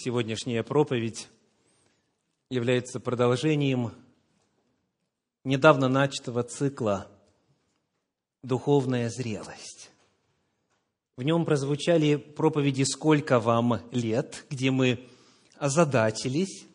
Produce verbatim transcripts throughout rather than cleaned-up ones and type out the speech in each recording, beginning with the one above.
Сегодняшняя проповедь является продолжением недавно начатого цикла «Духовная зрелость». В нем прозвучали проповеди «Сколько вам лет?», где мы озадачились,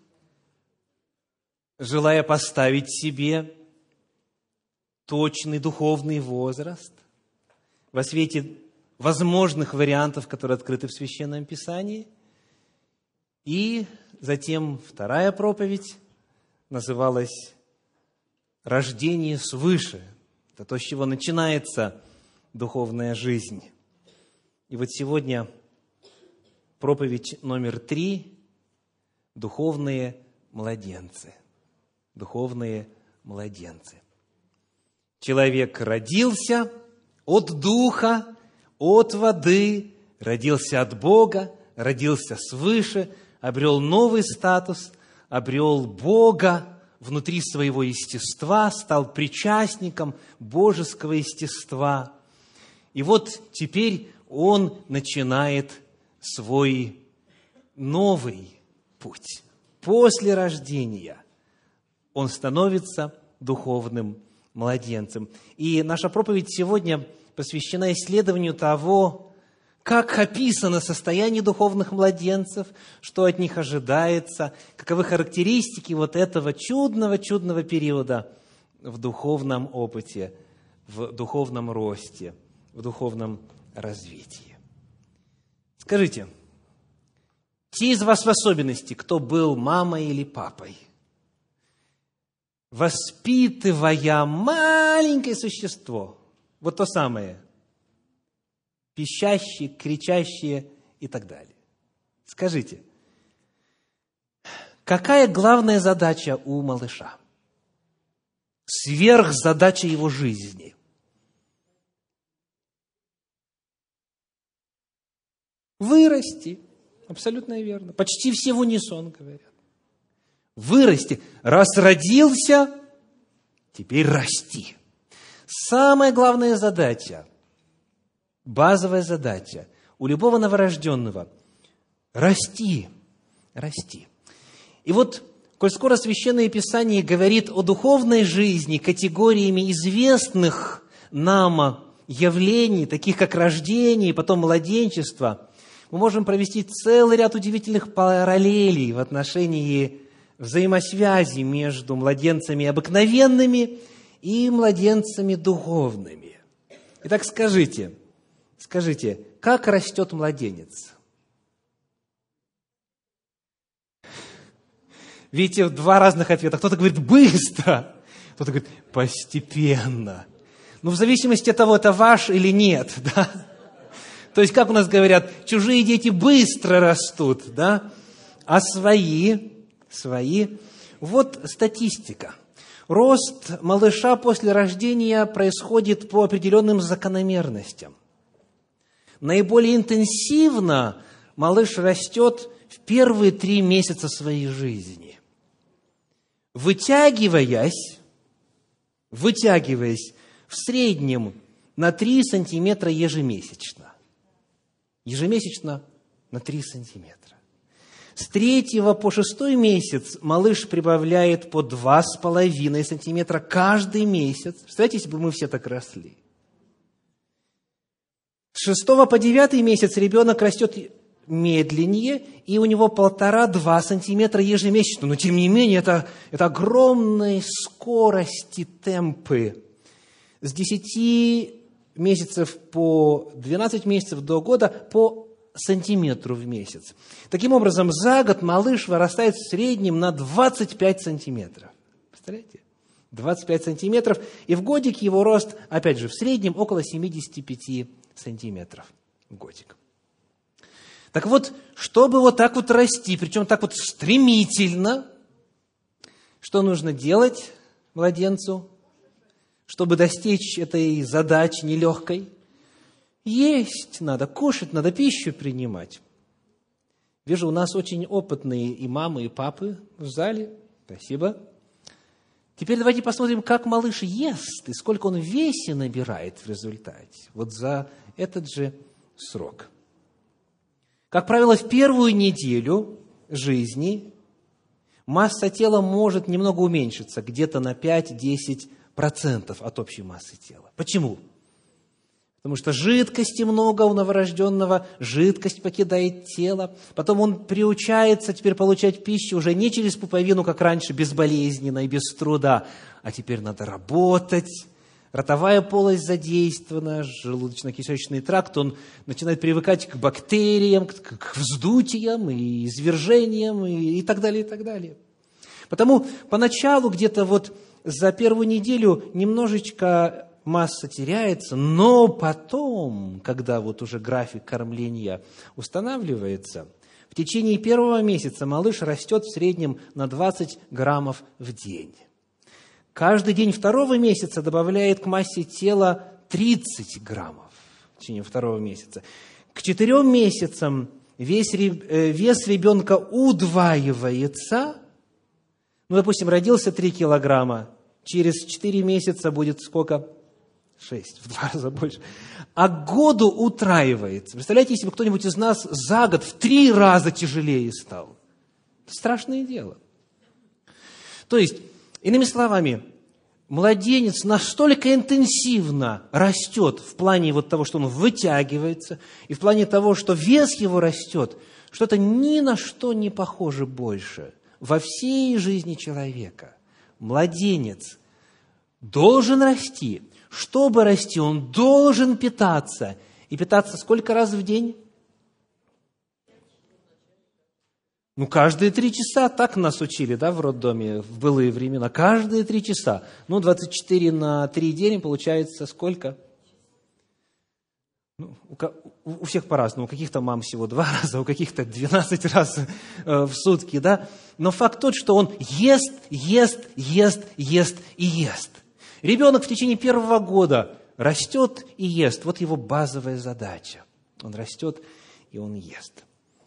желая поставить себе точный духовный возраст во свете возможных вариантов, которые открыты в Священном Писании. И затем вторая проповедь называлась «Рождение свыше». Это то, с чего начинается духовная жизнь. И вот сегодня проповедь номер три – «Духовные младенцы». Духовные младенцы. Человек родился от Духа, от воды, родился от Бога, родился свыше, обрел новый статус, обрел Бога внутри своего естества, стал причастником божеского естества. И вот теперь он начинает свой новый путь. После рождения он становится духовным младенцем. И наша проповедь сегодня посвящена исследованию того, как описано состояние духовных младенцев, что от них ожидается, каковы характеристики вот этого чудного-чудного периода в духовном опыте, в духовном росте, в духовном развитии. Скажите, те из вас в особенности, кто был мамой или папой, воспитывая маленькое существо, вот то самое, пищащие, кричащие и так далее. Скажите, какая главная задача у малыша? Сверхзадача его жизни. Вырасти. Абсолютно верно. Почти все в унисон говорят. Вырасти. Раз родился, теперь расти. Самая главная задача, базовая задача у любого новорожденного – расти, расти. И вот, коль скоро Священное Писание говорит о духовной жизни категориями известных нам явлений, таких как рождение и потом младенчество, мы можем провести целый ряд удивительных параллелей в отношении взаимосвязи между младенцами обыкновенными и младенцами духовными. Итак, скажите, скажите, как растет младенец? Видите, два разных ответа. Кто-то говорит быстро, кто-то говорит постепенно. Ну, в зависимости от того, это ваш или нет, да? То есть, как у нас говорят, чужие дети быстро растут, да? А свои, свои. Вот статистика. Рост малыша после рождения происходит по определенным закономерностям. Наиболее интенсивно малыш растет в первые три месяца своей жизни, вытягиваясь, вытягиваясь в среднем на три сантиметра ежемесячно. Ежемесячно на три сантиметра. С третьего по шестой месяц малыш прибавляет по два с половиной сантиметра каждый месяц. Представляете, если бы мы все так росли. С шестого по девятый месяц ребенок растет медленнее, и у него полтора-два сантиметра ежемесячно. Но, тем не менее, это, это огромные скорости, темпы. С десяти месяцев по двенадцать месяцев до года по сантиметру в месяц. Таким образом, за год малыш вырастает в среднем на двадцать пять сантиметров. Представляете? двадцать пять сантиметров. И в годик его рост, опять же, в среднем около семьдесят пять сантиметров в годик. Так вот, чтобы вот так вот расти, причем так вот стремительно, что нужно делать младенцу, чтобы достичь этой задачи нелегкой? Есть надо, кушать надо, пищу принимать. Вижу, у нас очень опытные и мамы, и папы в зале. Спасибо. Теперь давайте посмотрим, как малыш ест и сколько он в весе набирает в результате. Вот за этот же срок. Как правило, в первую неделю жизни масса тела может немного уменьшиться, где-то на пять-десять процентов от общей массы тела. Почему? Потому что жидкости много у новорожденного, жидкость покидает тело, потом он приучается теперь получать пищу уже не через пуповину, как раньше, безболезненно и без труда, а теперь надо работать. Ротовая полость задействована, желудочно-кишечный тракт, он начинает привыкать к бактериям, к, к вздутиям и извержениям и, и так далее, и так далее. Потому поначалу где-то вот за первую неделю немножечко масса теряется, но потом, когда вот уже график кормления устанавливается, в течение первого месяца малыш растет в среднем на двадцать граммов в день. Каждый день второго месяца добавляет к массе тела тридцать граммов в течение второго месяца. К четырем месяцам вес, вес ребенка удваивается. Ну, допустим, родился три килограмма, через четыре месяца будет сколько? шесть, в два раза больше. А к году утраивается. Представляете, если бы кто-нибудь из нас за год в три раза тяжелее стал. Это страшное дело. То есть, иными словами, младенец настолько интенсивно растет в плане вот того, что он вытягивается, и в плане того, что вес его растет, что это ни на что не похоже больше во всей жизни человека. Младенец должен расти. Чтобы расти, он должен питаться. И питаться сколько раз в день? Ну, каждые три часа, так нас учили, да, в роддоме в былые времена. Каждые три часа. Ну, двадцать четыре на три день получается сколько? Ну, у, у всех по-разному. У каких-то мам всего два раза, у каких-то двенадцать раз э, в сутки, да. Но факт тот, что он ест, ест, ест, ест и ест. Ребенок в течение первого года растет и ест. Вот его базовая задача. Он растет и он ест.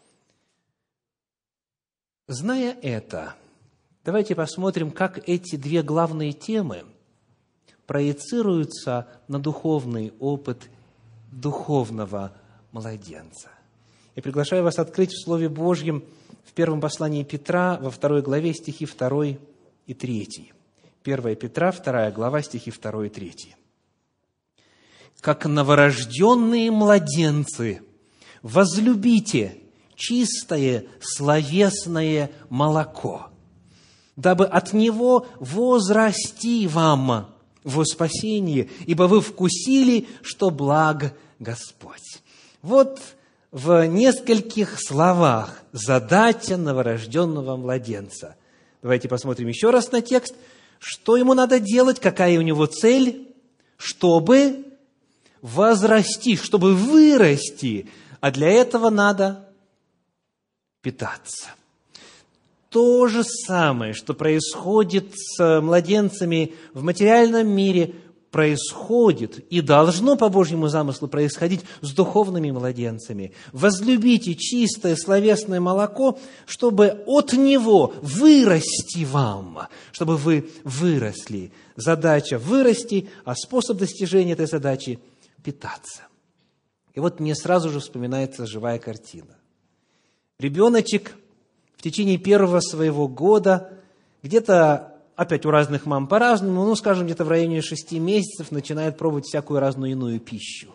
Зная это, давайте посмотрим, как эти две главные темы проецируются на духовный опыт духовного младенца. Я приглашаю вас открыть в Слове Божьем в первом послании Петра, во второй главе, стихи второй и третий. первое Петра, вторая глава, стихи второй и третий. «Как новорожденные младенцы, возлюбите чистое словесное молоко, дабы от него возрасти вам во спасение, ибо вы вкусили, что благ Господь». Вот в нескольких словах задача новорожденного младенца. Давайте посмотрим еще раз на текст. Что ему надо делать? Какая у него цель? Чтобы возрасти, чтобы вырасти. А для этого надо питаться. То же самое, что происходит с младенцами в материальном мире, происходит и должно по Божьему замыслу происходить с духовными младенцами. Возлюбите чистое словесное молоко, чтобы от него вырасти вам, чтобы вы выросли. Задача вырасти, а способ достижения этой задачи – питаться. И вот мне сразу же вспоминается живая картина. Ребеночек в течение первого своего года где-то, опять у разных мам по-разному, ну, скажем, где-то в районе шести месяцев начинает пробовать всякую разную иную пищу.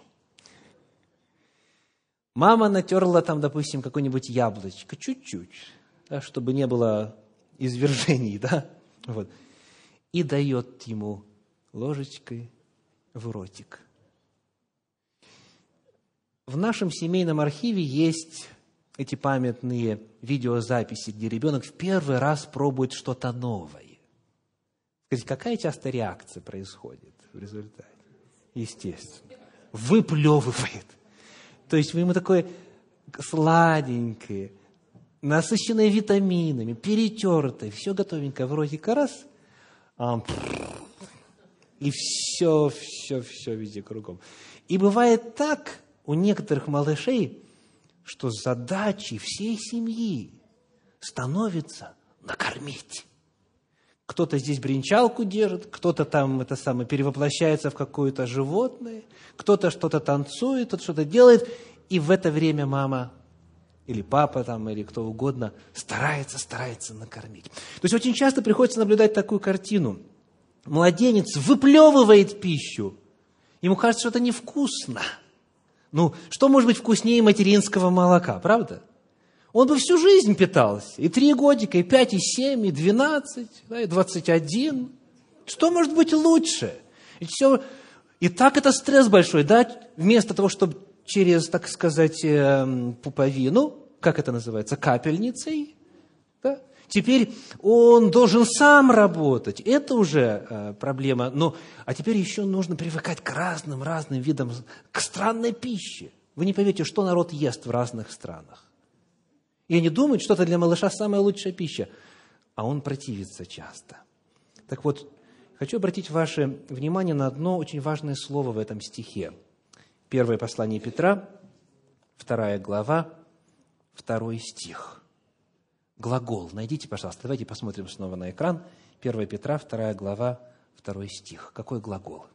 Мама натерла там, допустим, какое-нибудь яблочко, чуть-чуть, да, чтобы не было извержений, да, вот, и дает ему ложечкой в ротик. В нашем семейном архиве есть эти памятные видеозаписи, где ребенок в первый раз пробует что-то новое. Скажите, какая часто реакция происходит в результате? Естественно. Выплевывает. То есть вы ему такое сладенькое, насыщенное витаминами, перетертое, все готовенькое в ротик раз, а, и все, все, все везде кругом. И бывает так у некоторых малышей, что задачей всей семьи становится накормить. Кто-то здесь бренчалку держит, кто-то там это самое, перевоплощается в какое-то животное, кто-то что-то танцует, кто-то что-то делает, и в это время мама или папа там, или кто угодно, старается, старается накормить. То есть очень часто приходится наблюдать такую картину. Младенец выплевывает пищу. Ему кажется, что это невкусно. Ну, что может быть вкуснее материнского молока, правда? Он бы всю жизнь питался. И три годика, и пять, и семь, и двенадцать, да, и двадцать один. Что может быть лучше? И, все... и так это стресс большой, да? Вместо того, чтобы через, так сказать, пуповину, как это называется, капельницей, да? Теперь он должен сам работать. Это уже э, проблема. Но, а теперь еще нужно привыкать к разным, разным видам, к странной пище. Вы не поверите, что народ ест в разных странах. И они думают, что это для малыша самая лучшая пища. А он противится часто. Так вот, хочу обратить ваше внимание на одно очень важное слово в этом стихе. Первое послание Петра, вторая глава, второй стих. Глагол. Найдите, пожалуйста. Давайте посмотрим снова на экран. первое Петра, вторая глава, второй стих. Какой глагол?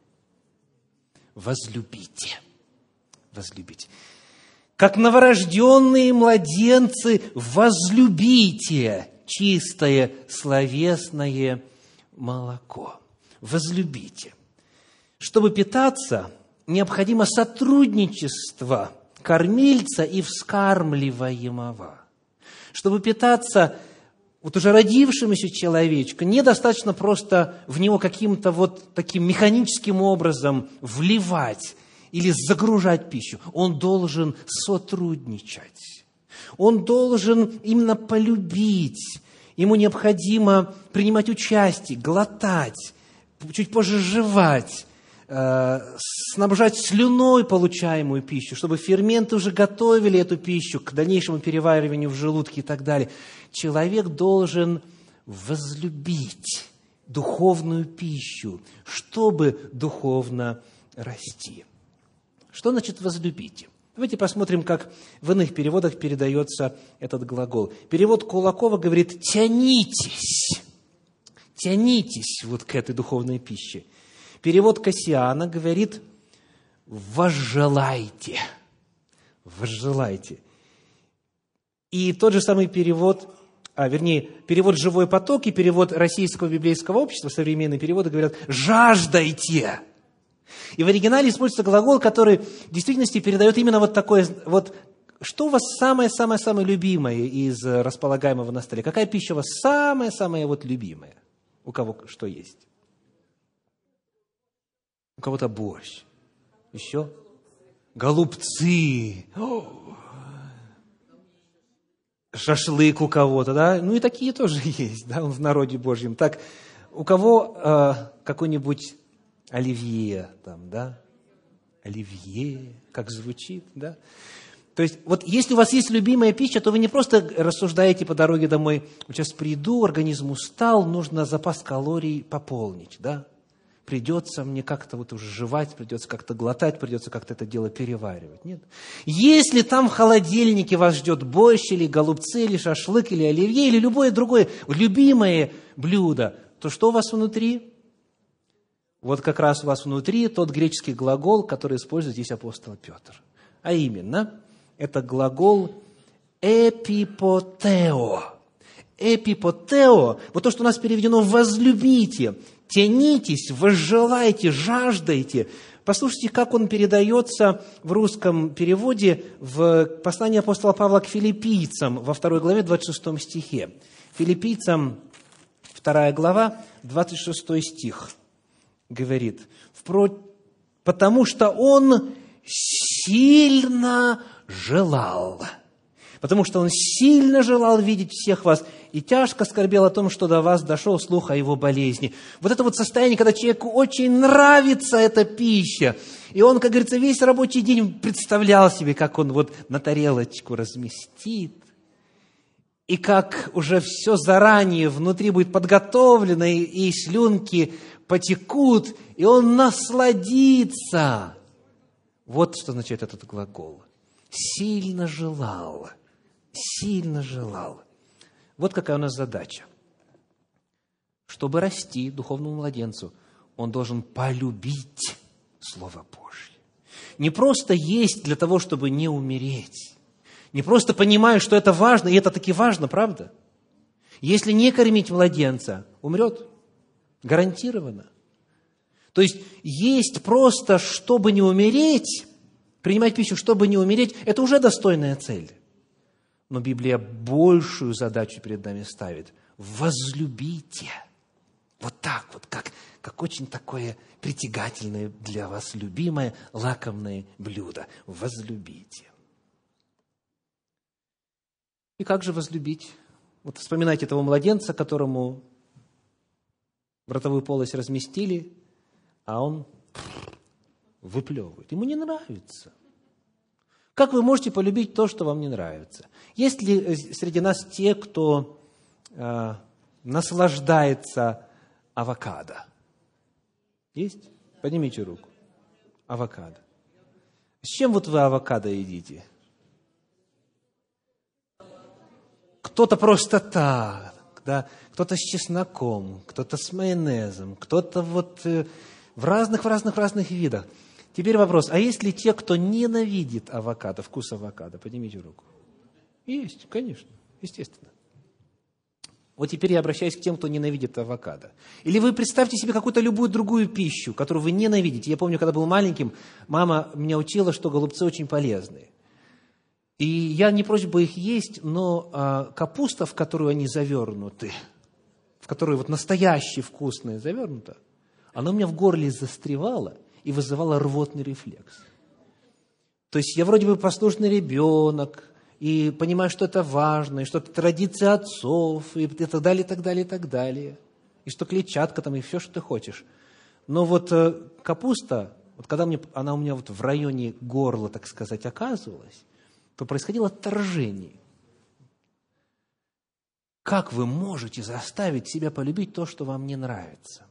Возлюбите. Возлюбите. Как новорожденные младенцы, возлюбите чистое словесное молоко. Возлюбите. Чтобы питаться, необходимо сотрудничество кормильца и вскармливаемого. Чтобы питаться вот уже родившемуся человечку, недостаточно просто в него каким-то вот таким механическим образом вливать или загружать пищу. Он должен сотрудничать. Он должен именно полюбить. Ему необходимо принимать участие, глотать, чуть позже жевать, снабжать слюной получаемую пищу, чтобы ферменты уже готовили эту пищу к дальнейшему перевариванию в желудке и так далее. Человек должен возлюбить духовную пищу, чтобы духовно расти. Что значит «возлюбите»? Давайте посмотрим, как в иных переводах передается этот глагол. Перевод Кулакова говорит «тянитесь». Тянитесь вот к этой духовной пище. Перевод Кассиана говорит «возжелайте». Возжелайте. И тот же самый перевод, а, вернее, перевод «живой поток» и перевод Российского библейского общества, современные переводы говорят «жаждайте». И в оригинале используется глагол, который в действительности передает именно вот такое, вот, что у вас самое-самое-самое любимое из располагаемого на столе? Какая пища у вас самая-самая вот любимая? У кого что есть? У кого-то борщ. Еще? Голубцы. О! Шашлык у кого-то, да? Ну и такие тоже есть, да, в народе Божьем. Так, у кого э, какой-нибудь оливье там, да? Оливье, как звучит, да? То есть, вот если у вас есть любимая пища, то вы не просто рассуждаете по дороге домой, сейчас приду, организм устал, нужно запас калорий пополнить, да? Придется мне как-то вот уже жевать, придется как-то глотать, придется как-то это дело переваривать. Нет. Если там в холодильнике вас ждет борщ, или голубцы, или шашлык, или оливье, или любое другое любимое блюдо, то что у вас внутри? Вот как раз у вас внутри тот греческий глагол, который использует здесь апостол Петр. А именно, это глагол «эпипотео». «Эпипотео», вот то, что у нас переведено «возлюбите», «тянитесь», «возжелайте», «жаждайте». Послушайте, как он передается в русском переводе в послании апостола Павла к филиппийцам во второй главе, двадцать шестом стихе. Филиппийцам, вторая глава, двадцать шестой стих, говорит, «Потому что он сильно желал». Потому что он сильно желал видеть всех вас и тяжко скорбел о том, что до вас дошел слух о его болезни. Вот это вот состояние, когда человеку очень нравится эта пища, и он, как говорится, весь рабочий день представлял себе, как он вот на тарелочку разместит, и как уже все заранее внутри будет подготовлено, и, и слюнки потекут, и он насладится. Вот что означает этот глагол. Сильно желал. Сильно желал. Вот какая у нас задача. Чтобы расти духовному младенцу, он должен полюбить Слово Божье. Не просто есть для того, чтобы не умереть. Не просто понимаю, что это важно, и это таки важно, правда? Если не кормить младенца, умрет. Гарантированно. То есть, есть просто, чтобы не умереть, принимать пищу, чтобы не умереть, это уже достойная цель. Но Библия большую задачу перед нами ставит. Возлюбите. Вот так вот, как, как очень такое притягательное для вас, любимое, лакомное блюдо. Возлюбите. И как же возлюбить? Вот вспоминайте того младенца, которому в ротовую полость разместили, а он выплевывает. Ему не нравится. Как вы можете полюбить то, что вам не нравится? Есть ли среди нас те, кто э, наслаждается авокадо? Есть? Поднимите руку. Авокадо. С чем вот вы авокадо едите? Кто-то просто так, да? Кто-то с чесноком, кто-то с майонезом, кто-то вот э, в разных, в разных, в разных видах. Теперь вопрос, а есть ли те, кто ненавидит авокадо, вкус авокадо? Поднимите руку. Есть, конечно, естественно. Вот теперь я обращаюсь к тем, кто ненавидит авокадо. Или вы представьте себе какую-то любую другую пищу, которую вы ненавидите. Я помню, когда был маленьким, мама меня учила, что голубцы очень полезные. И я не прочь бы их есть, но а, капуста, в которую они завернуты, в которую вот настоящая вкусная завернута, она у меня в горле застревала и вызывала рвотный рефлекс. То есть я вроде бы послушный ребенок, и понимаю, что это важно, и что это традиция отцов, и так далее, и так далее, и так далее. И что клетчатка там, и все, что ты хочешь. Но вот э, капуста, вот когда мне, она у меня вот в районе горла, так сказать, оказывалась, то происходило отторжение. Как вы можете заставить себя полюбить то, что вам не нравится?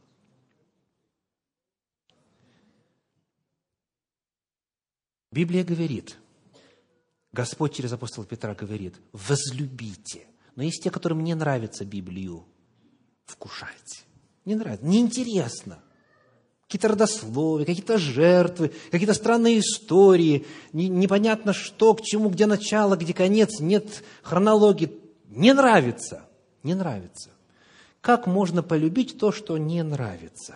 Библия говорит, Господь через апостола Петра говорит, возлюбите. Но есть те, которым не нравится Библию вкушать. Не нравится, неинтересно. Какие-то родословия, какие-то жертвы, какие-то странные истории, не, непонятно что, к чему, где начало, где конец, нет хронологии. Не нравится, не нравится. Как можно полюбить то, что не нравится?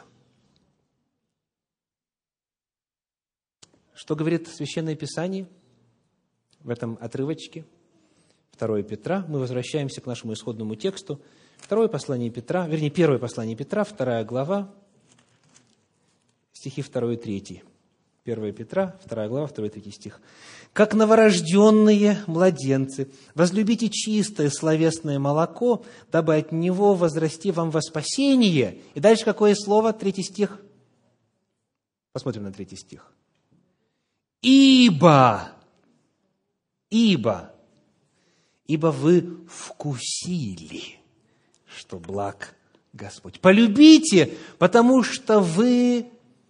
Что говорит Священное Писание в этом отрывочке? второе Петра. Мы возвращаемся к нашему исходному тексту. Второе послание Петра, вернее, первое послание Петра, вторая глава, стихи второй и третий. первое Петра, вторая глава, второй и третий стих. «Как новорожденные младенцы, возлюбите чистое словесное молоко, дабы от него возрасти вам во спасение». И дальше какое слово? Третий стих. Посмотрим на третий стих. «Ибо, ибо, ибо вы вкусили, что благ Господь». Полюбите, потому что вы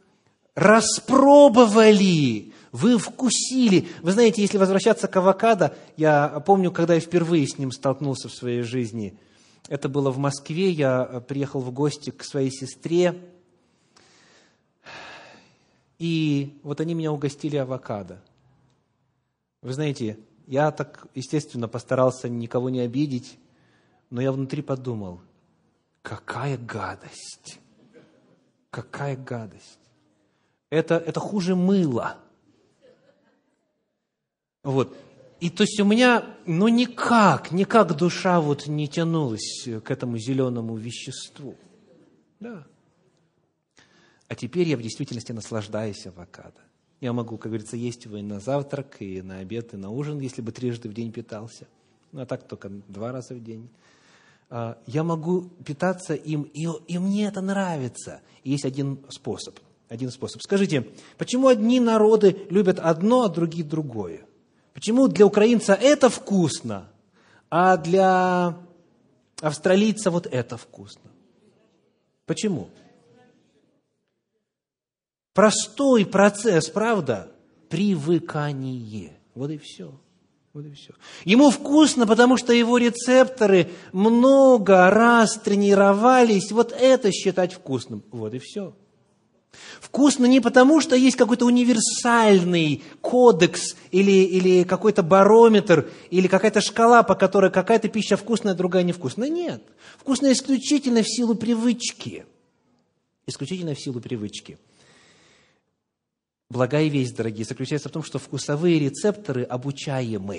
распробовали, вы вкусили. Вы знаете, если возвращаться к авокадо, я помню, когда я впервые с ним столкнулся в своей жизни. Это было в Москве, я приехал в гости к своей сестре, и вот они меня угостили авокадо. Вы знаете, я так, естественно, постарался никого не обидеть, но я внутри подумал, какая гадость, какая гадость. Это, это хуже мыла. Вот. И то есть у меня, ну никак, никак душа вот не тянулась к этому зеленому веществу. Да. А теперь я в действительности наслаждаюсь авокадо. Я могу, как говорится, есть его и на завтрак, и на обед, и на ужин, если бы трижды в день питался. Ну, а так только два раза в день. Я могу питаться им, и, и мне это нравится. И есть один способ. Один способ. Скажите, почему одни народы любят одно, а другие другое? Почему для украинца это вкусно, а для австралийца вот это вкусно? Почему? Простой процесс, правда? Привыкание. Вот и все. Вот и все. Ему вкусно, потому что его рецепторы много раз тренировались вот это считать вкусным. Вот и все. Вкусно не потому, что есть какой-то универсальный кодекс или, или какой-то барометр, или какая-то шкала, по которой какая-то пища вкусная, другая невкусная. Нет. Вкусно исключительно в силу привычки. Исключительно в силу привычки. Благая весть, дорогие, заключается в том, что вкусовые рецепторы обучаемы.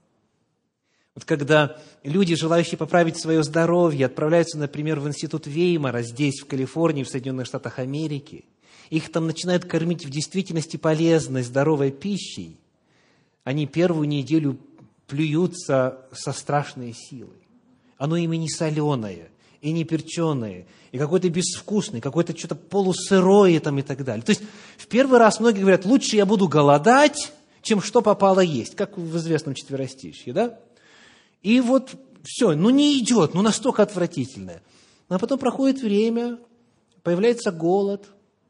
Вот когда люди, желающие поправить свое здоровье, отправляются, например, в институт Веймара, здесь, в Калифорнии, в Соединенных Штатах Америки, их там начинают кормить в действительности полезной, здоровой пищей, они первую неделю плюются со страшной силой. Оно ими не соленое, и не перченое, и какое-то безвкусное, какое-то что-то полусырое там и так далее. То есть, в первый раз многие говорят, лучше я буду голодать, чем что попало есть, как в известном четверостишье, да? И вот все, ну не идет, ну настолько отвратительное. А потом проходит время, появляется голод,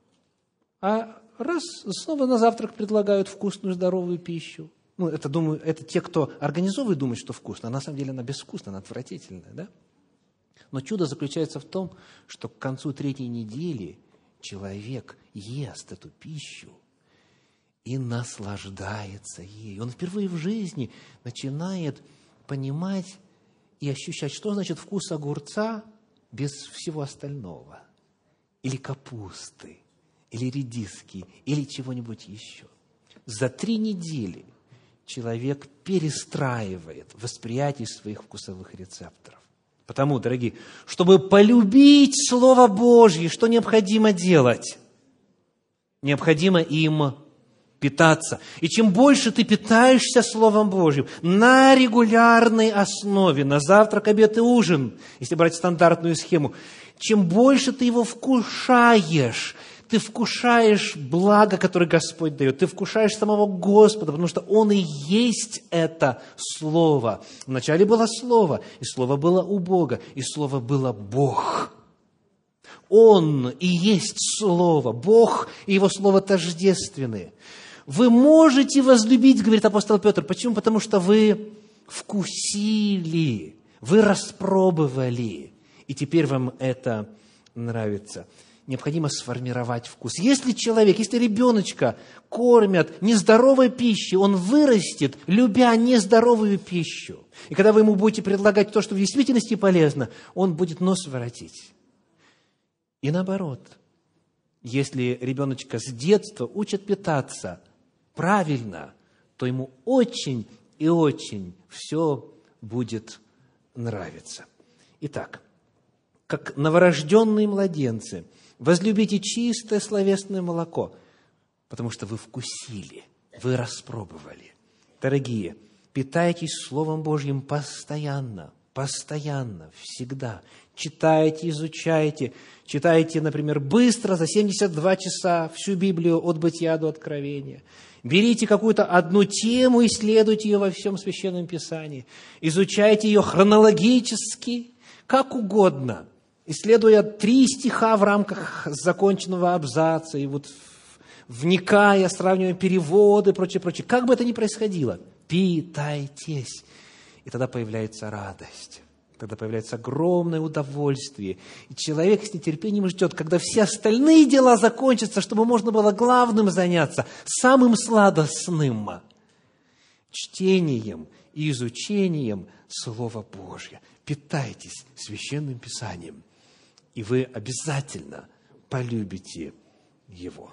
а раз снова на завтрак предлагают вкусную, здоровую пищу. Ну, это, думаю, это те, кто организовывает, думают, что вкусно, а на самом деле она безвкусная, она отвратительная, да? Но чудо заключается в том, что к концу третьей недели человек ест эту пищу и наслаждается ей. Он впервые в жизни начинает понимать и ощущать, что значит вкус огурца без всего остального, или капусты, или редиски, или чего-нибудь еще. За три недели человек перестраивает восприятие своих вкусовых рецепторов. Потому, дорогие, чтобы полюбить Слово Божье, что необходимо делать? Необходимо им питаться. И чем больше ты питаешься Словом Божьим на регулярной основе, на завтрак, обед и ужин, если брать стандартную схему, чем больше ты его вкушаешь, ты вкушаешь благо, которое Господь дает, ты вкушаешь самого Господа, потому что Он и есть это Слово. Вначале было Слово, и Слово было у Бога, и Слово было Бог. Он и есть Слово, Бог и Его Слово тождественны. Вы можете возлюбить, говорит апостол Петр. Почему? Потому что вы вкусили, вы распробовали, и теперь вам это нравится. Необходимо сформировать вкус. Если человек, если ребеночка кормят нездоровой пищей, он вырастет, любя нездоровую пищу. И когда вы ему будете предлагать то, что в действительности полезно, он будет нос воротить. И наоборот, если ребеночка с детства учат питаться правильно, то ему очень и очень все будет нравиться. Итак, как новорожденные младенцы, возлюбите чистое словесное молоко, потому что вы вкусили, вы распробовали. Дорогие, питайтесь Словом Божьим постоянно, постоянно, всегда. Читайте, изучайте. Читайте, например, быстро, за семьдесят два часа, всю Библию от Бытия до Откровения. Берите какую-то одну тему, исследуйте ее во всем Священном Писании. Изучайте ее хронологически, как угодно. Исследуя три стиха в рамках законченного абзаца, и вот вникая, сравнивая переводы, прочее, прочее. Как бы это ни происходило, питайтесь. И тогда появляется радость. Тогда появляется огромное удовольствие. И человек с нетерпением ждет, когда все остальные дела закончатся, чтобы можно было главным заняться, самым сладостным чтением и изучением Слова Божьего. Питайтесь Священным Писанием, и вы обязательно полюбите его.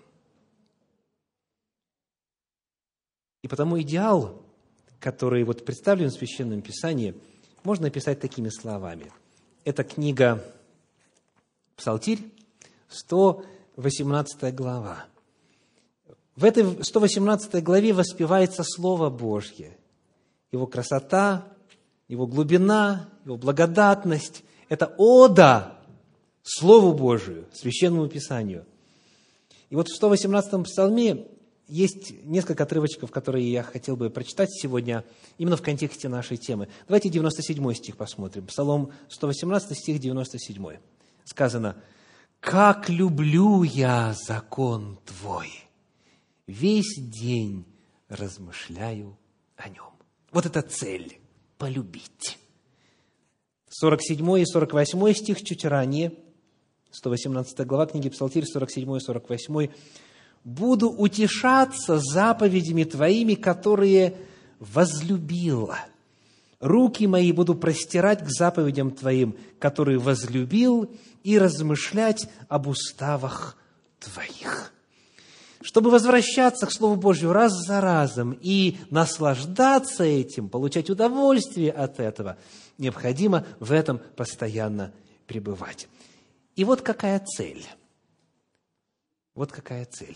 И потому идеал, который вот представлен в Священном Писании, можно описать такими словами. Это книга Псалтирь, сто восемнадцатая глава. В этой сто восемнадцатой главе воспевается Слово Божье, Его красота, Его глубина, Его благодатность. Это ода Слову Божию, Священному Писанию. И вот в сто восемнадцатом псалме есть несколько отрывочков, которые я хотел бы прочитать сегодня, именно в контексте нашей темы. Давайте девяносто седьмой стих посмотрим. Псалом сто восемнадцатый, стих девяносто седьмой. Сказано: «Как люблю я закон Твой, весь день размышляю о нем». Вот это цель – полюбить. сорок седьмой и сорок восьмой стих чуть ранее. сто восемнадцатая глава книги Псалтирь, сорок седьмой сорок восьмой. «Буду утешаться заповедями Твоими, которые возлюбила. Руки мои буду простирать к заповедям Твоим, которые возлюбил, и размышлять об уставах Твоих». Чтобы возвращаться к Слову Божью раз за разом и наслаждаться этим, получать удовольствие от этого, необходимо в этом постоянно пребывать. И вот какая цель. Вот какая цель.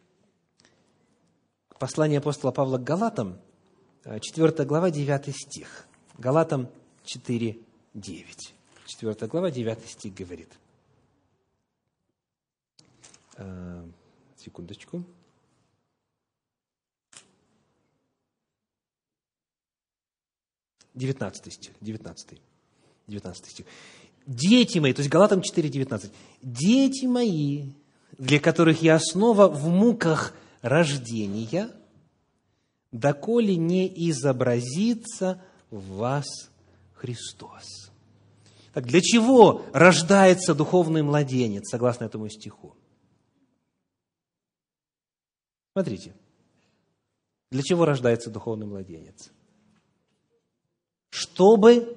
Послание апостола Павла к Галатам, четвёртая глава, девятый стих. Галатам четыре, девять. четвёртая глава, девятый стих говорит. Секундочку. Девятнадцатый стих. Девятнадцатый. Девятнадцатый стих. «Дети мои», то есть Галатам четыре, девятнадцать. «Дети мои, для которых я основа в муках рождения, доколе не изобразится в вас Христос». Так, для чего рождается духовный младенец, согласно этому стиху? Смотрите, для чего рождается духовный младенец? Чтобы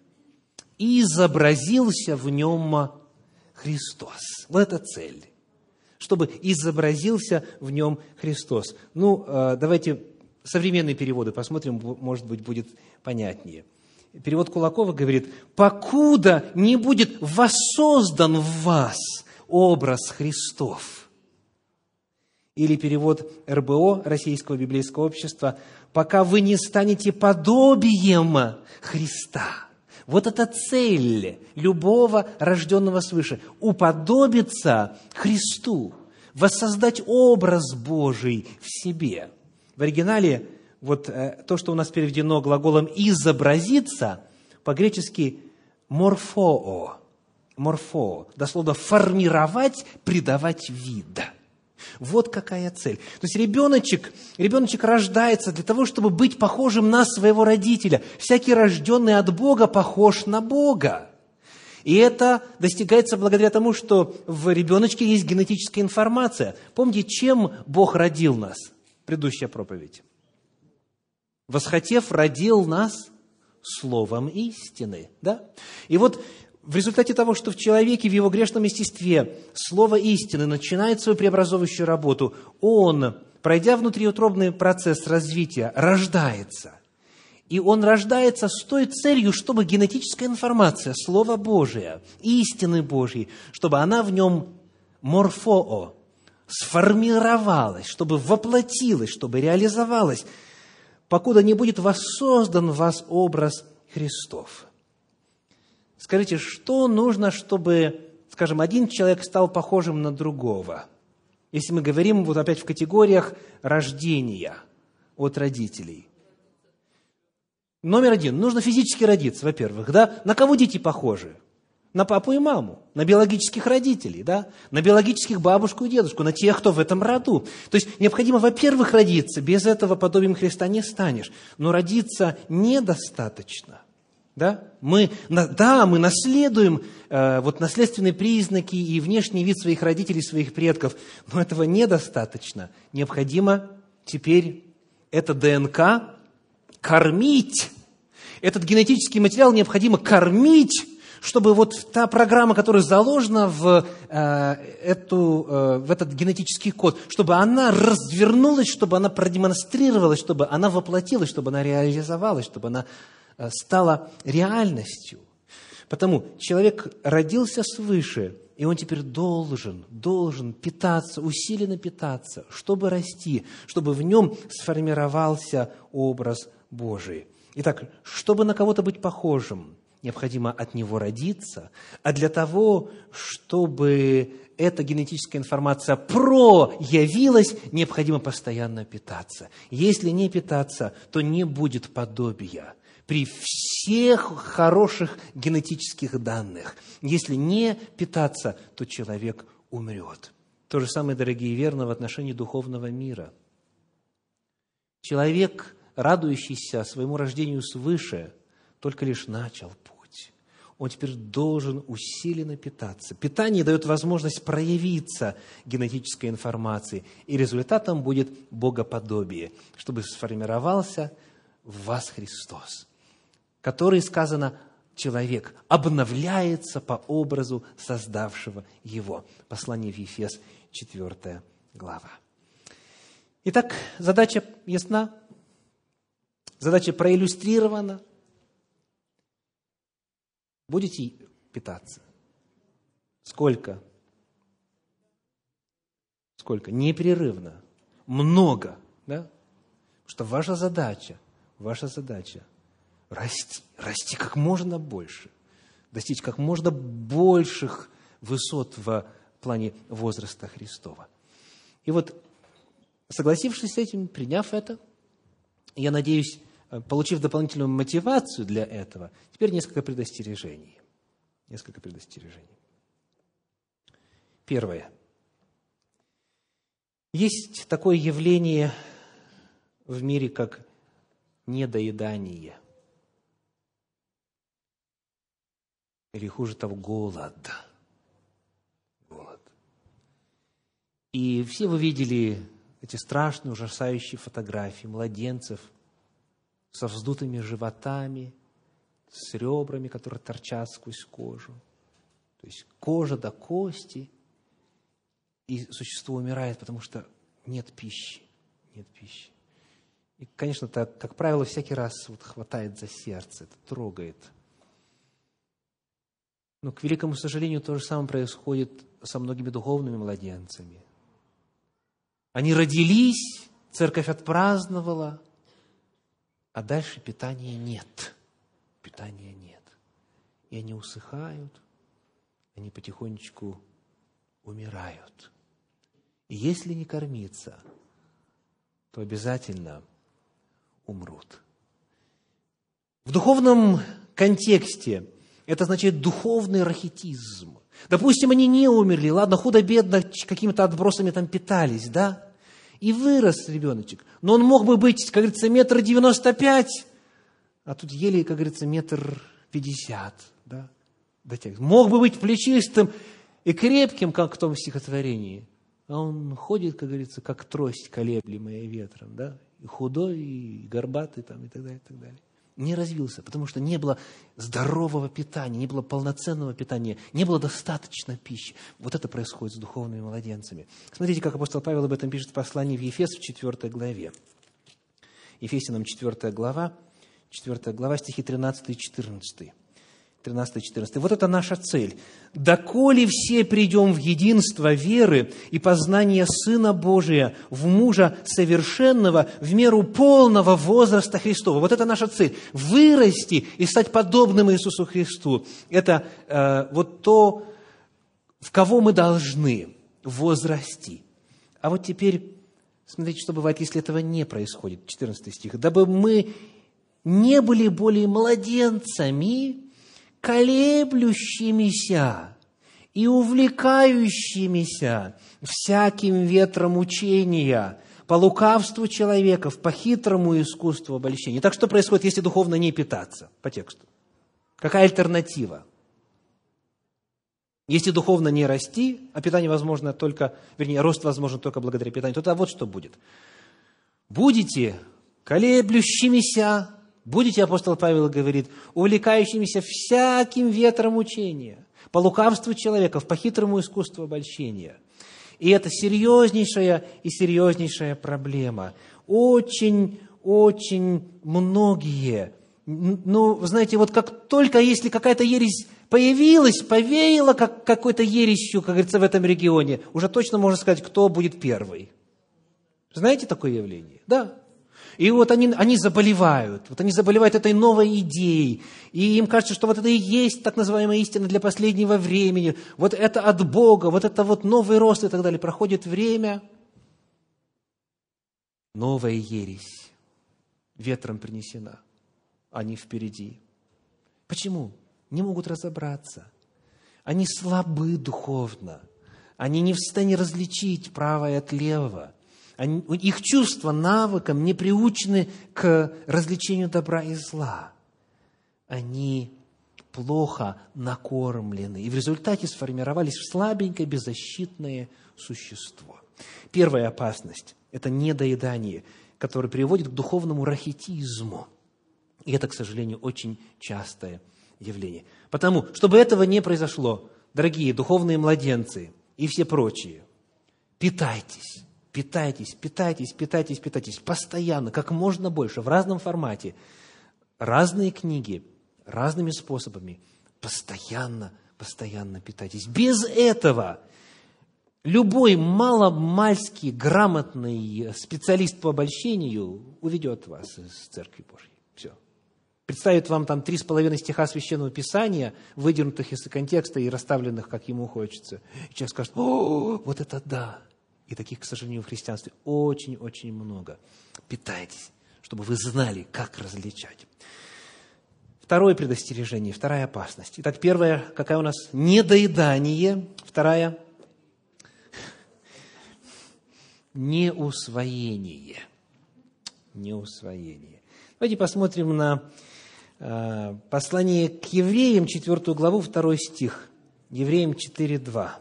изобразился в нем Христос. Вот это цель. Чтобы изобразился в нем Христос. Ну, давайте современные переводы посмотрим, может быть, будет понятнее. Перевод Кулакова говорит: «Покуда не будет воссоздан в вас образ Христов». Или перевод эр бэ о, Российского библейского общества: «Пока вы не станете подобием Христа». Вот это цель любого рожденного свыше – уподобиться Христу, воссоздать образ Божий в себе. В оригинале вот то, что у нас переведено глаголом «изобразиться», по-гречески «морфоо», «морфоо», дословно «формировать», «придавать вид». Вот какая цель. То есть ребеночек, ребеночек рождается для того, чтобы быть похожим на своего родителя. Всякий рожденный от Бога похож на Бога. И это достигается благодаря тому, что в ребеночке есть генетическая информация. Помните, чем Бог родил нас? Предыдущая проповедь. «Восхотев, родил нас словом истины». Да? И вот в результате того, что в человеке, в его грешном естестве, слово истины начинает свою преобразовывающую работу, он, пройдя внутриутробный процесс развития, рождается. И он рождается с той целью, чтобы генетическая информация, Слово Божие, истины Божьей, чтобы она в нем морфоо, сформировалась, чтобы воплотилась, чтобы реализовалась, покуда не будет воссоздан в вас образ Христов. Скажите, что нужно, чтобы, скажем, один человек стал похожим на другого? Если мы говорим вот опять в категориях рождения от родителей. Номер один. Нужно физически родиться, во-первых. Да? На кого дети похожи? На папу и маму, на биологических родителей, да? На биологических бабушку и дедушку, на тех, кто в этом роду. То есть необходимо, во-первых, родиться. Без этого подобием Христа не станешь. Но родиться недостаточно. Да? Мы, да, мы наследуем э, вот наследственные признаки и внешний вид своих родителей, своих предков, но этого недостаточно. Необходимо теперь это ДНК кормить. Этот генетический материал необходимо кормить, чтобы вот та программа, которая заложена в, э, эту, э, в этот генетический код, чтобы она развернулась, чтобы она продемонстрировалась, чтобы она воплотилась, чтобы она реализовалась, чтобы она стала реальностью. Потому человек родился свыше, и он теперь должен, должен питаться, усиленно питаться, чтобы расти, чтобы в нем сформировался образ Божий. Итак, чтобы на кого-то быть похожим, необходимо от него родиться, а для того, чтобы эта генетическая информация проявилась, необходимо постоянно питаться. Если не питаться, то не будет подобия. При всех хороших генетических данных. Если не питаться, то человек умрет. То же самое, дорогие верно, в отношении духовного мира. Человек, радующийся своему рождению свыше, только лишь начал путь. он теперь должен усиленно питаться. Питание дает возможность проявиться генетической информации, и результатом будет богоподобие, чтобы сформировался в вас Христос, который, сказано, человек обновляется по образу создавшего его. Послание в Ефес, четвёртая глава. Итак, задача ясна, задача проиллюстрирована. Будете питаться. Сколько? Сколько? Непрерывно. Много. Да? Потому что ваша задача, ваша задача расти, расти как можно больше, достичь как можно больших высот в плане возраста Христова. И вот, согласившись с этим, приняв это, я надеюсь, получив дополнительную мотивацию для этого, теперь несколько предостережений. Несколько предостережений. Первое. Есть такое явление в мире, как недоедание. Или, хуже того, голод. Голод. И все вы видели эти страшные, ужасающие фотографии младенцев со вздутыми животами, с ребрами, которые торчат сквозь кожу. То есть кожа до кости, и существо умирает, потому что нет пищи. Нет пищи. И, конечно, так, как правило, всякий раз вот хватает за сердце, это трогает. Но, к великому сожалению, то же самое происходит со многими духовными младенцами. Они родились, церковь отпраздновала, а дальше питания нет. Питания нет. И они усыхают, они потихонечку умирают. И если не кормиться, то обязательно умрут. В духовном контексте это означает духовный рахитизм. Допустим, они не умерли, ладно, худо-бедно какими-то отбросами там питались, да? И вырос ребеночек. Но он мог бы быть, как говорится, метр девяносто пять, а тут еле, как говорится, метр пятьдесят, да? Мог бы быть плечистым и крепким, как в том стихотворении, а он ходит, как говорится, как трость, колеблемая ветром, да? И худой, и горбатый, там, и так далее, и так далее. Не развился, потому что не было здорового питания, не было полноценного питания, не было достаточно пищи. Вот это происходит с духовными младенцами. Смотрите, как апостол Павел об этом пишет в послании в Ефес в четвёртой главе. Ефесянам четвёртая глава, четвёртая глава, стихи тринадцатый и четырнадцатый. тринадцатый и четырнадцатый. Вот это наша цель. «Доколе все придем в единство веры и познание Сына Божия, в мужа совершенного, в меру полного возраста Христова». Вот это наша цель. Вырасти и стать подобным Иисусу Христу. Это э, вот то, в кого мы должны возрасти. А вот теперь, смотрите, что бывает, если этого не происходит. четырнадцатый стих. «Дабы мы не были более младенцами, колеблющимися и увлекающимися всяким ветром учения, по лукавству человеков, по хитрому искусству обольщения». Так что происходит, если духовно не питаться? По тексту. Какая альтернатива? Если духовно не расти, а питание возможно только, вернее, рост возможен только благодаря питанию, то тогда вот что будет. Будете колеблющимися, будете, апостол Павел говорит, увлекающимися всяким ветром учения, по лукавству человеков, по хитрому искусству обольщения. И это серьезнейшая и серьезнейшая проблема. Очень, очень многие, ну, знаете, вот как только если какая-то ересь появилась, повеяла как какой-то ересью, как говорится, в этом регионе, уже точно можно сказать, кто будет первый. Знаете такое явление? Да. И вот они, они заболевают, вот они заболевают этой новой идеей, и им кажется, что вот это и есть так называемая истина для последнего времени, вот это от Бога, вот это вот новый рост и так далее. Проходит время, новая ересь ветром принесена, они впереди. Почему? Не могут разобраться. Они слабы духовно, они не в состоянии различить правое от левого. Они, их чувства навыкам не приучены к развлечению добра и зла. Они плохо накормлены, и в результате сформировались в слабенькое, беззащитное существо. Первая опасность – это недоедание, которое приводит к духовному рахитизму. И это, к сожалению, очень частое явление. Потому, чтобы этого не произошло, дорогие духовные младенцы и все прочие, питайтесь, питайтесь, питайтесь, питайтесь, питайтесь постоянно, как можно больше, в разном формате, разные книги, разными способами, постоянно, постоянно питайтесь. Без этого любой маломальски грамотный специалист по обольщению уведет вас из Церкви Божьей. Все. Представит вам там три с половиной стиха Священного Писания, выдернутых из контекста и расставленных, как ему хочется. И человек скажет: о, вот это да! И таких, к сожалению, в христианстве очень-очень много. Питайтесь, чтобы вы знали, как различать. Второе предостережение, вторая опасность. Итак, первая, какая у нас? Недоедание. Вторая – неусвоение. Неусвоение. Давайте посмотрим на э, послание к евреям, четвертую главу, второй стих. Евреям четыре два.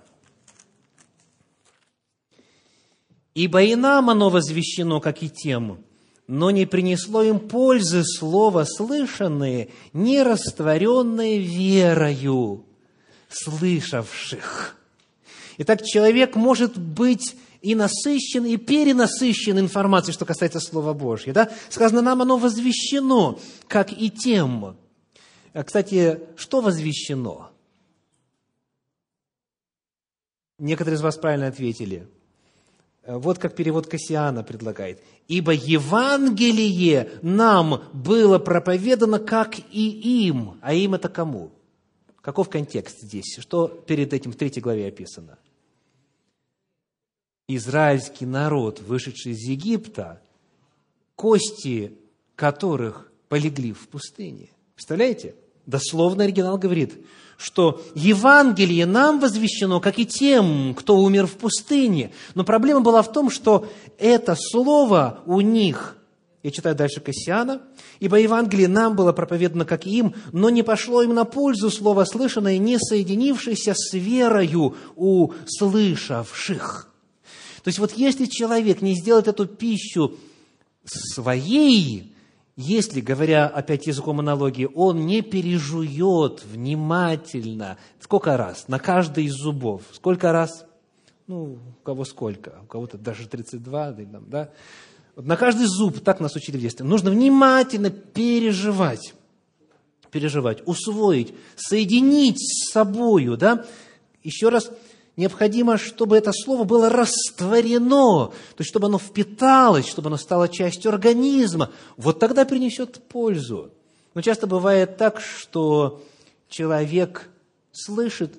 «Ибо и нам оно возвещено, как и тем, но не принесло им пользы слово слышанное, не растворенное верою слышавших». Итак, человек может быть и насыщен, и перенасыщен информацией, что касается Слова Божьего. Да? Сказано, нам оно возвещено, как и тем. Кстати, что возвещено? Некоторые из вас правильно ответили. Вот как перевод Кассиана предлагает. «Ибо Евангелие нам было проповедано, как и им». А им это кому? Каков контекст здесь? Что перед этим в третьей главе описано? Израильский народ, вышедший из Египта, кости которых полегли в пустыне. Представляете? Дословно оригинал говорит, что Евангелие нам возвещено, как и тем, кто умер в пустыне. Но проблема была в том, что это слово у них, я читаю дальше Кассиана, «Ибо Евангелие нам было проповедано, как и им, но не пошло им на пользу слово слышанное, не соединившееся с верою у слышавших». То есть, вот если человек не сделает эту пищу своей, если, говоря опять языком аналогии, он не пережует внимательно, сколько раз? На каждый из зубов. Сколько раз? Ну, у кого сколько? У кого-то даже тридцать два, да? Вот на каждый зуб, так нас учили в детстве, нужно внимательно переживать, переживать, усвоить, соединить с собою, да? Еще раз, необходимо, чтобы это слово было растворено, то есть, чтобы оно впиталось, чтобы оно стало частью организма. Вот тогда принесет пользу. Но часто бывает так, что человек слышит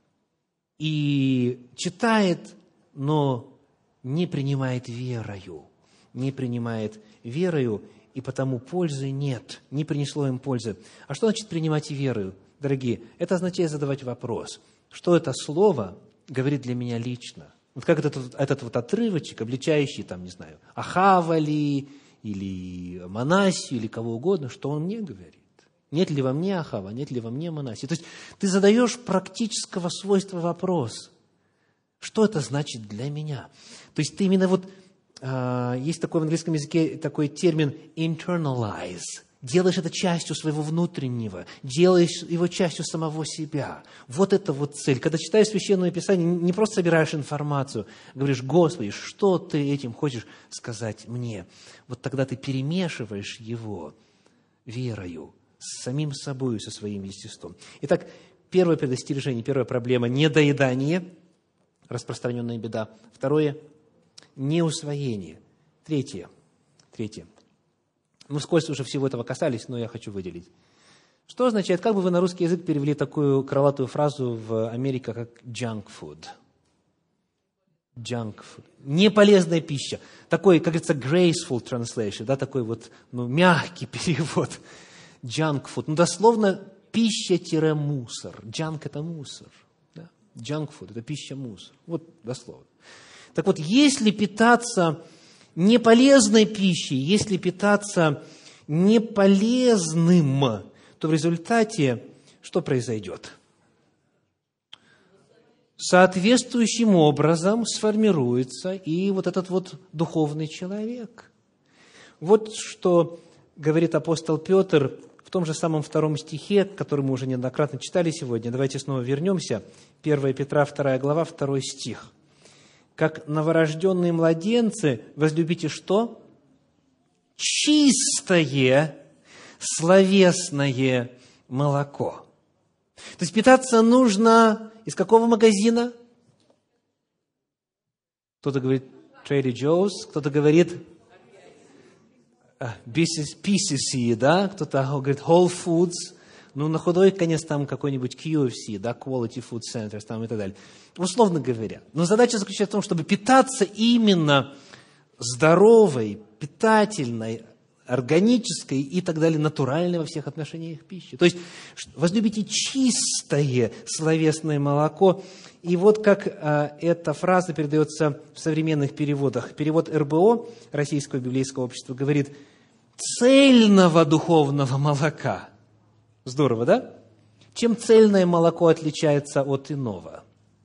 и читает, но не принимает верою. Не принимает верою, и потому пользы нет, не принесло им пользы. А что значит принимать верою, дорогие? Это означает задавать вопрос, что это слово говорит для меня лично. Вот как этот, этот вот отрывочек, обличающий, там, не знаю, Ахава ли, или Манасию, или кого угодно, что он мне говорит. Нет ли во мне Ахава, нет ли во мне Манасии? То есть ты задаешь практического свойства вопрос, что это значит для меня? То есть ты именно вот, э, есть такой в английском языке такой термин internalize, делаешь это частью своего внутреннего, делаешь его частью самого себя. Вот это вот цель. Когда читаешь Священное Писание, не просто собираешь информацию, говоришь: Господи, что ты этим хочешь сказать мне? Вот тогда ты перемешиваешь его верою с самим собой, со своим естеством. Итак, первое предостережение, первая проблема – недоедание, распространенная беда. Второе – неусвоение. Третье, третье. Мы вскользь уже всего этого касались, но я хочу выделить. Что означает, как бы вы на русский язык перевели такую крылатую фразу в Америке, как junk food? Junk food. Неполезная пища. Такой, как говорится, graceful translation, да, такой вот, ну, мягкий перевод. Junk food. Ну, дословно, пища-мусор. Junk – это мусор. Да? Junk food – это пища-мусор. Вот дословно. Так вот, если питаться неполезной пищей, если питаться неполезным, то в результате что произойдет? Соответствующим образом сформируется и вот этот вот духовный человек. Вот что говорит апостол Петр в том же самом втором стихе, который мы уже неоднократно читали сегодня. Давайте снова вернемся. первое Петра, вторая глава, второй стих. «Как новорожденные младенцы, возлюбите что? Чистое, словесное молоко». То есть питаться нужно из какого магазина? Кто-то говорит Trader Joe's, кто-то говорит пи си си, да, кто-то говорит Whole Foods, ну, на худой конец там какой-нибудь кью эф си, да, Quality Food Centers там и так далее. Условно говоря. Но задача заключается в том, чтобы питаться именно здоровой, питательной, органической и так далее, натуральной во всех отношениях пищи. То есть, возлюбите чистое словесное молоко. И вот как а, эта фраза передается в современных переводах. Перевод эр бэ о, Российского библейского общества, говорит «цельного духовного молока». Здорово, да? Чем цельное молоко отличается от иного?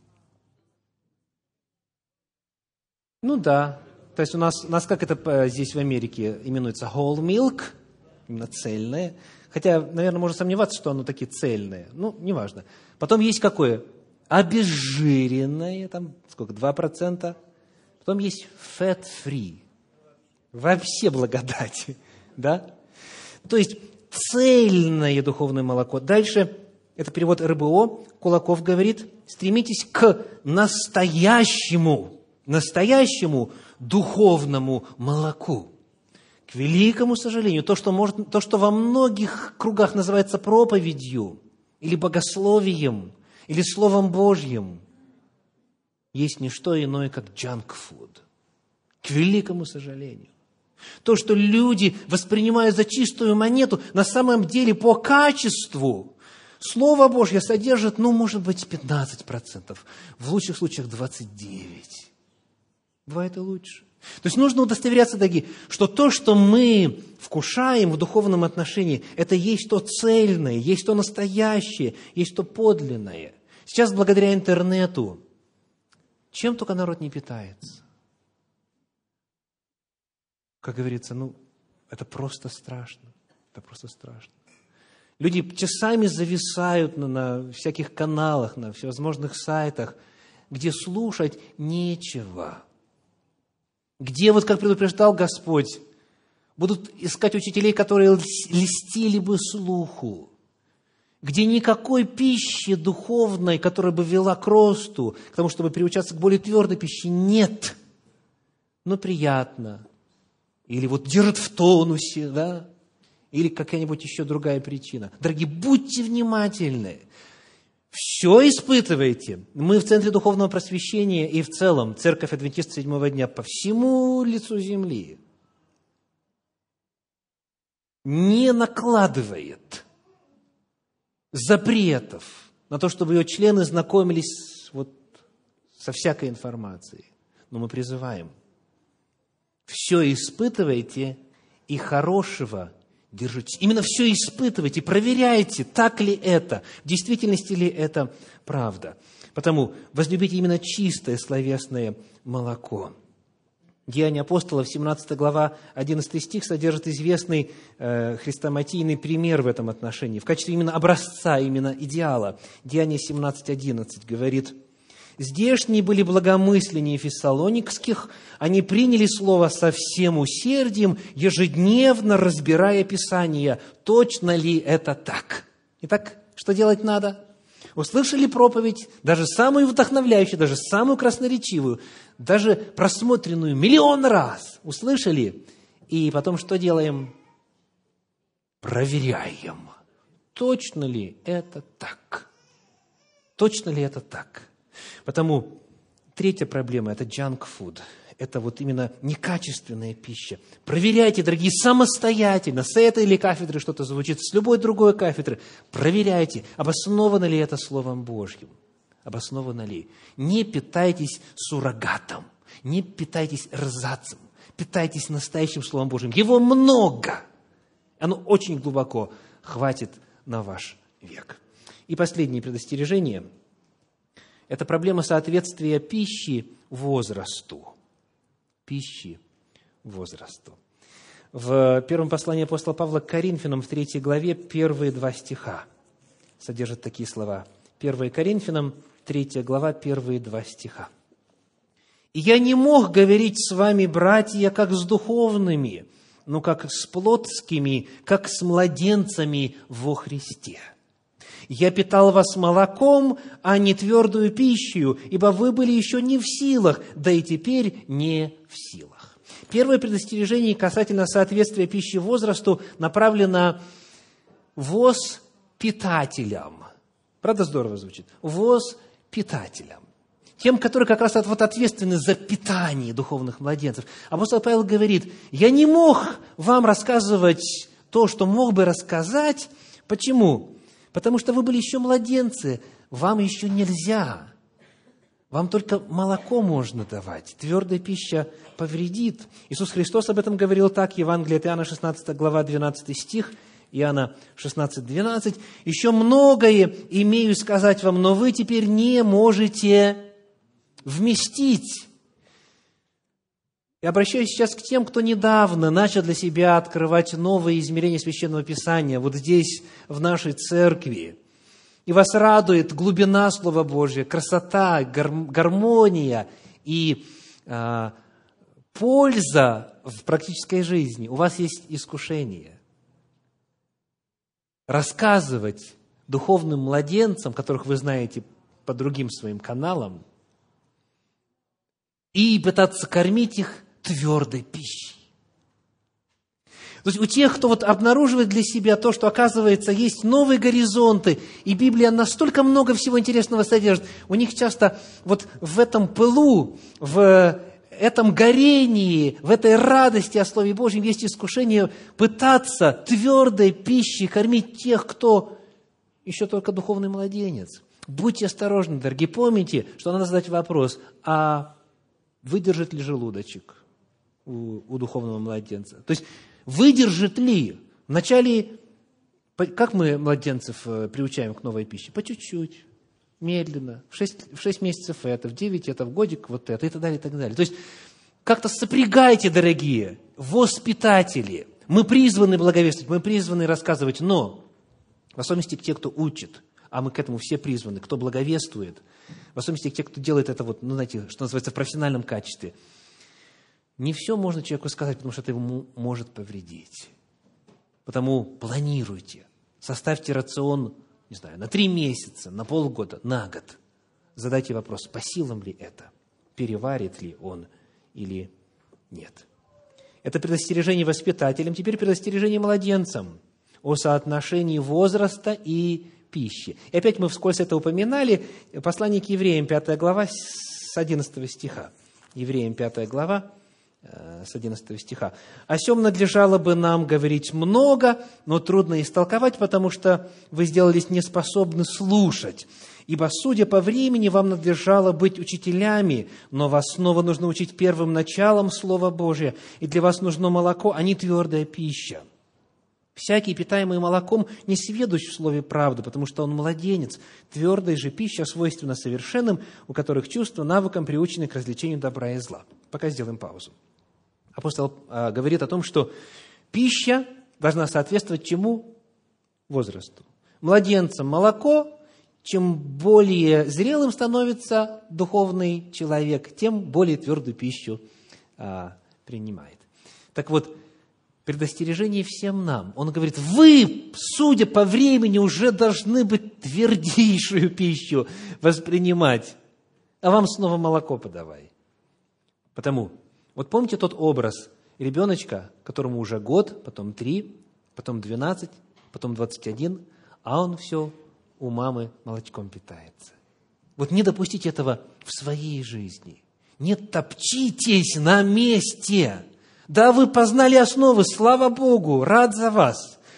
Ну да. То есть у нас, у нас как это здесь в Америке именуется whole milk, именно цельное. Хотя, наверное, можно сомневаться, что оно таки цельное. Ну, неважно. Потом есть какое? Обезжиренное, там сколько, два процента. Потом есть fat-free. Вообще благодати. Да? То есть цельное духовное молоко. Дальше, это перевод эр бэ о, Кулаков говорит, стремитесь к настоящему, настоящему духовному молоку. К великому сожалению, то, что может, то, что во многих кругах называется проповедью, или богословием, или Словом Божьим, есть не что иное, как junk food. К великому сожалению. То, что люди воспринимают за чистую монету, на самом деле по качеству Слово Божье содержит, ну, может быть, пятнадцать процентов, в лучших случаях двадцать девять процентов. Бывает и лучше. То есть нужно удостоверяться, дорогие, что то, что мы вкушаем в духовном отношении, это есть то цельное, есть то настоящее, есть то подлинное. Сейчас, благодаря интернету, чем только народ не питается. Как говорится, ну, это просто страшно. Это просто страшно. Люди часами зависают на, на всяких каналах, на всевозможных сайтах, где слушать нечего. Где, вот как предупреждал Господь, будут искать учителей, которые льстили бы слуху. Где никакой пищи духовной, которая бы вела к росту, к тому, чтобы приучаться к более твердой пище, нет. Но приятно. Или вот держит в тонусе, да? Или какая-нибудь еще другая причина. Дорогие, будьте внимательны. Все испытывайте. Мы в Центре Духовного Просвещения и в целом Церковь Адвентистов Седьмого Дня по всему лицу земли не накладывает запретов на то, чтобы ее члены знакомились вот со всякой информацией. Но мы призываем. Все испытывайте и хорошего держитесь. Именно все испытывайте, проверяйте, так ли это, в действительности ли это правда. Потому возлюбите именно чистое словесное молоко. Деяния апостолов, семнадцатая глава, одиннадцатый стих, содержит известный э, хрестоматийный пример в этом отношении, в качестве именно образца, именно идеала. Деяния семнадцать одиннадцать говорит: «Здешние были благомысленнее фессалоникских, они приняли слово со всем усердием, ежедневно разбирая Писание, точно ли это так». Итак, что делать надо? Услышали проповедь, даже самую вдохновляющую, даже самую красноречивую, даже просмотренную миллион раз, услышали, и потом что делаем? Проверяем, точно ли это так. Точно ли это так? Потому третья проблема – это junk food. Это вот именно некачественная пища. Проверяйте, дорогие, самостоятельно. С этой или кафедры что-то звучит, с любой другой кафедры. Проверяйте, обосновано ли это Словом Божьим. Обосновано ли. Не питайтесь суррогатом, не питайтесь рзацем. Питайтесь настоящим Словом Божьим. Его много. Оно очень глубоко. Хватит на ваш век. И последнее предостережение – это проблема соответствия пищи возрасту. Пищи возрасту. В первом послании апостола Павла к Коринфянам, в третьей главе, первые два стиха содержат такие слова. первое Коринфянам, третья глава, первые два стиха. «И я не мог говорить с вами, братья, как с духовными, но как с плотскими, как с младенцами во Христе. Я питал вас молоком, а не твердую пищу, ибо вы были еще не в силах, да и теперь не в силах». Первое предостережение касательно соответствия пищи возрасту направлено воспитателям. Правда здорово звучит? Воспитателям. Тем, которые как раз вот ответственны за питание духовных младенцев. Апостол Павел говорит: я не мог вам рассказывать то, что мог бы рассказать. Почему? Потому что вы были еще младенцы, вам еще нельзя. Вам только молоко можно давать. Твердая пища повредит. Иисус Христос об этом говорил так, Евангелие от Иоанна, шестнадцатая глава, двенадцатый стих, Иоанна шестнадцать, двенадцать. «Еще многое имею сказать вам, но вы теперь не можете вместить». И обращаюсь сейчас к тем, кто недавно начал для себя открывать новые измерения Священного Писания, вот здесь, в нашей церкви. И вас радует глубина Слова Божия, красота, гармония и а, польза в практической жизни. У вас есть искушение рассказывать духовным младенцам, которых вы знаете по другим своим каналам, и пытаться кормить их твердой пищей. То есть у тех, кто вот обнаруживает для себя то, что, оказывается, есть новые горизонты, и Библия настолько много всего интересного содержит, у них часто вот в этом пылу, в этом горении, в этой радости о Слове Божьем есть искушение пытаться твердой пищей кормить тех, кто еще только духовный младенец. Будьте осторожны, дорогие, помните, что надо задать вопрос: а выдержит ли желудочек у, у духовного младенца? То есть, выдержит ли? Вначале, как мы младенцев приучаем к новой пище? По чуть-чуть, медленно. В шесть, в шесть месяцев это, в девять это, в годик вот это, и так далее, и так далее. То есть, как-то сопрягайте, дорогие, воспитатели. Мы призваны благовествовать, мы призваны рассказывать, но, в особенности к тем, кто учит, а мы к этому все призваны, кто благовествует, в особенности к тем, кто делает это, вот, ну, знаете, что называется, в профессиональном качестве, не все можно человеку сказать, потому что это ему может повредить. Потому планируйте, составьте рацион, не знаю, на три месяца, на полгода, на год. Задайте вопрос, по силам ли это, переварит ли он или нет. Это предостережение воспитателям, теперь предостережение младенцам о соотношении возраста и пищи. И опять мы вскользь это упоминали, послание к Евреям, пятая глава, с одиннадцатого стиха. Евреям, пятая глава, с одиннадцатого стиха. «О сем надлежало бы нам говорить много, но трудно истолковать, потому что вы сделались неспособны слушать. Ибо, судя по времени, вам надлежало быть учителями, но вас снова нужно учить первым началом Слова Божия, и для вас нужно молоко, а не твердая пища. Всякий, питаемый молоком, не сведущ в слове правды, потому что он младенец. Твердая же пища свойственна совершенным, у которых чувства навыком приучены к развлечению добра и зла». Пока сделаем паузу. Апостол а, говорит о том, что пища должна соответствовать чему? Возрасту. Младенцам молоко, чем более зрелым становится духовный человек, тем более твердую пищу а, принимает. Так вот, предостережение всем нам. Он говорит, вы, судя по времени, уже должны быть твердейшую пищу воспринимать, а вам снова молоко подавай. Потому, вот помните тот образ ребеночка, которому уже год, потом три, потом двенадцать, потом двадцать один, а он все у мамы молочком питается. Вот не допустите этого в своей жизни. Не топчитесь на месте. Да, вы познали основы, слава Богу, рад за вас.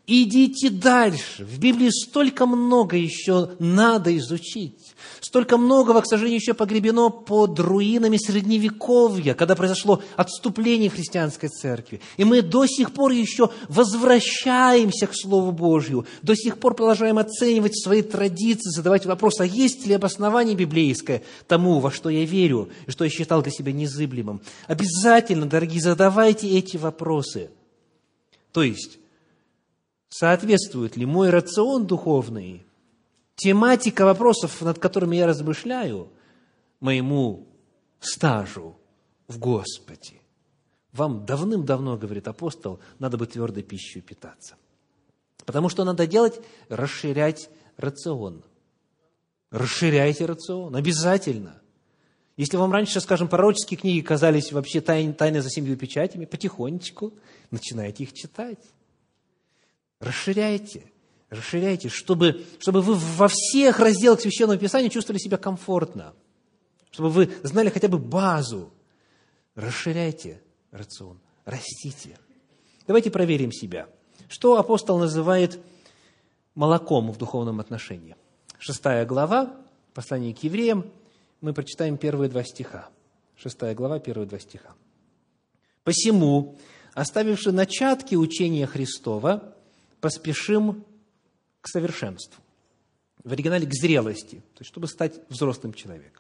Идите дальше. В Библии столько много еще надо изучить. Столько многого, к сожалению, еще погребено под руинами Средневековья, когда произошло отступление христианской церкви. И мы до сих пор еще возвращаемся к Слову Божью, до сих пор продолжаем оценивать свои традиции, задавать вопрос, а есть ли обоснование библейское тому, во что я верю, и что я считал для себя незыблемым. Обязательно, дорогие, задавайте эти вопросы. То есть, соответствует ли мой рацион духовный, тематика вопросов, над которыми я размышляю, моему стажу в Господе? Вам давным-давно, говорит апостол, надо бы твердой пищей питаться. Потому что надо делать? Расширять рацион. Расширяйте рацион, обязательно. Если вам раньше, скажем, пророческие книги казались вообще тайн, тайны за семью печатями, потихонечку начинайте их читать. Расширяйте, расширяйте, чтобы, чтобы вы во всех разделах Священного Писания чувствовали себя комфортно, чтобы вы знали хотя бы базу. Расширяйте рацион, растите. Давайте проверим себя. Что апостол называет молоком в духовном отношении? Шестая глава, послание к евреям, мы прочитаем первые два стиха. Шестая глава, первые два стиха. «Посему, оставивши начатки учения Христова, поспешим к совершенству». В оригинале к зрелости, то есть чтобы стать взрослым человеком.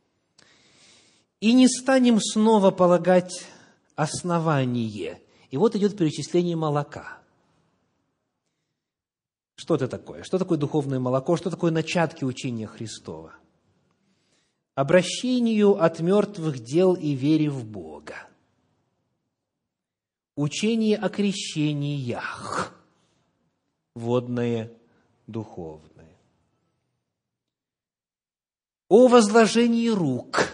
«И не станем снова полагать основание». И вот идет перечисление молока. Что это такое? Что такое духовное молоко? Что такое начатки учения Христова? Обращению от мертвых дел и вере в Бога. Учение о крещениях. Водное, духовное. О возложении рук.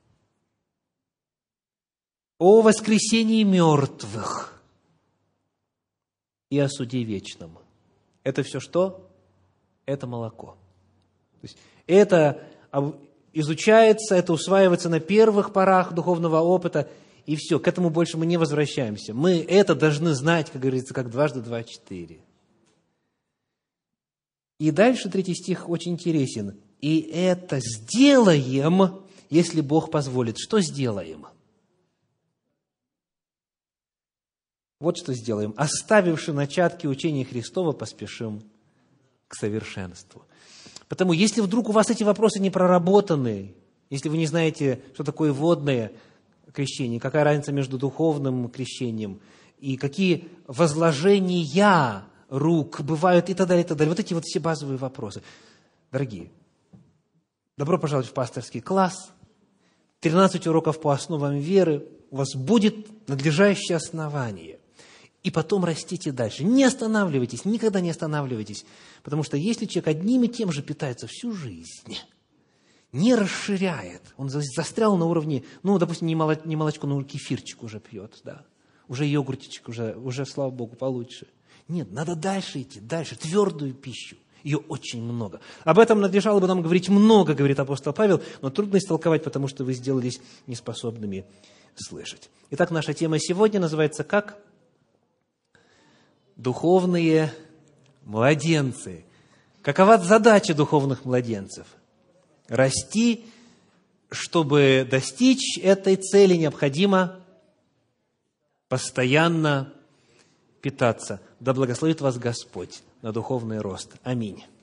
О воскресении мертвых. И о суде вечном. Это все что? Это молоко. То есть это изучается, это усваивается на первых порах духовного опыта, и все, к этому больше мы не возвращаемся. Мы это должны знать, как говорится, как дважды два – четыре. И дальше третий стих очень интересен. «И это сделаем, если Бог позволит». Что сделаем? Вот что сделаем. «Оставивши начатки учения Христова, поспешим к совершенству». Потому, если вдруг у вас эти вопросы не проработаны, если вы не знаете, что такое водное крещение, какая разница между духовным крещением и какие возложения рук бывают и так далее, и так далее. Вот эти вот все базовые вопросы. Дорогие, добро пожаловать в пасторский класс. тринадцать уроков по основам веры. У вас будет надлежащее основание. И потом растите дальше. Не останавливайтесь, никогда не останавливайтесь. Потому что если человек одним и тем же питается всю жизнь, не расширяет, он застрял на уровне, ну, допустим, не молочко, но кефирчик уже пьет, да, уже йогуртичек, уже, уже, слава Богу, получше. Нет, надо дальше идти, дальше, твердую пищу. Ее очень много. Об этом надлежало бы нам говорить много, говорит апостол Павел, но трудно истолковать, потому что вы сделались неспособными слышать. Итак, наша тема сегодня называется как? Духовные младенцы. Какова задача духовных младенцев? Расти, чтобы достичь этой цели, необходимо постоянно питаться. Да благословит вас Господь на духовный рост. Аминь.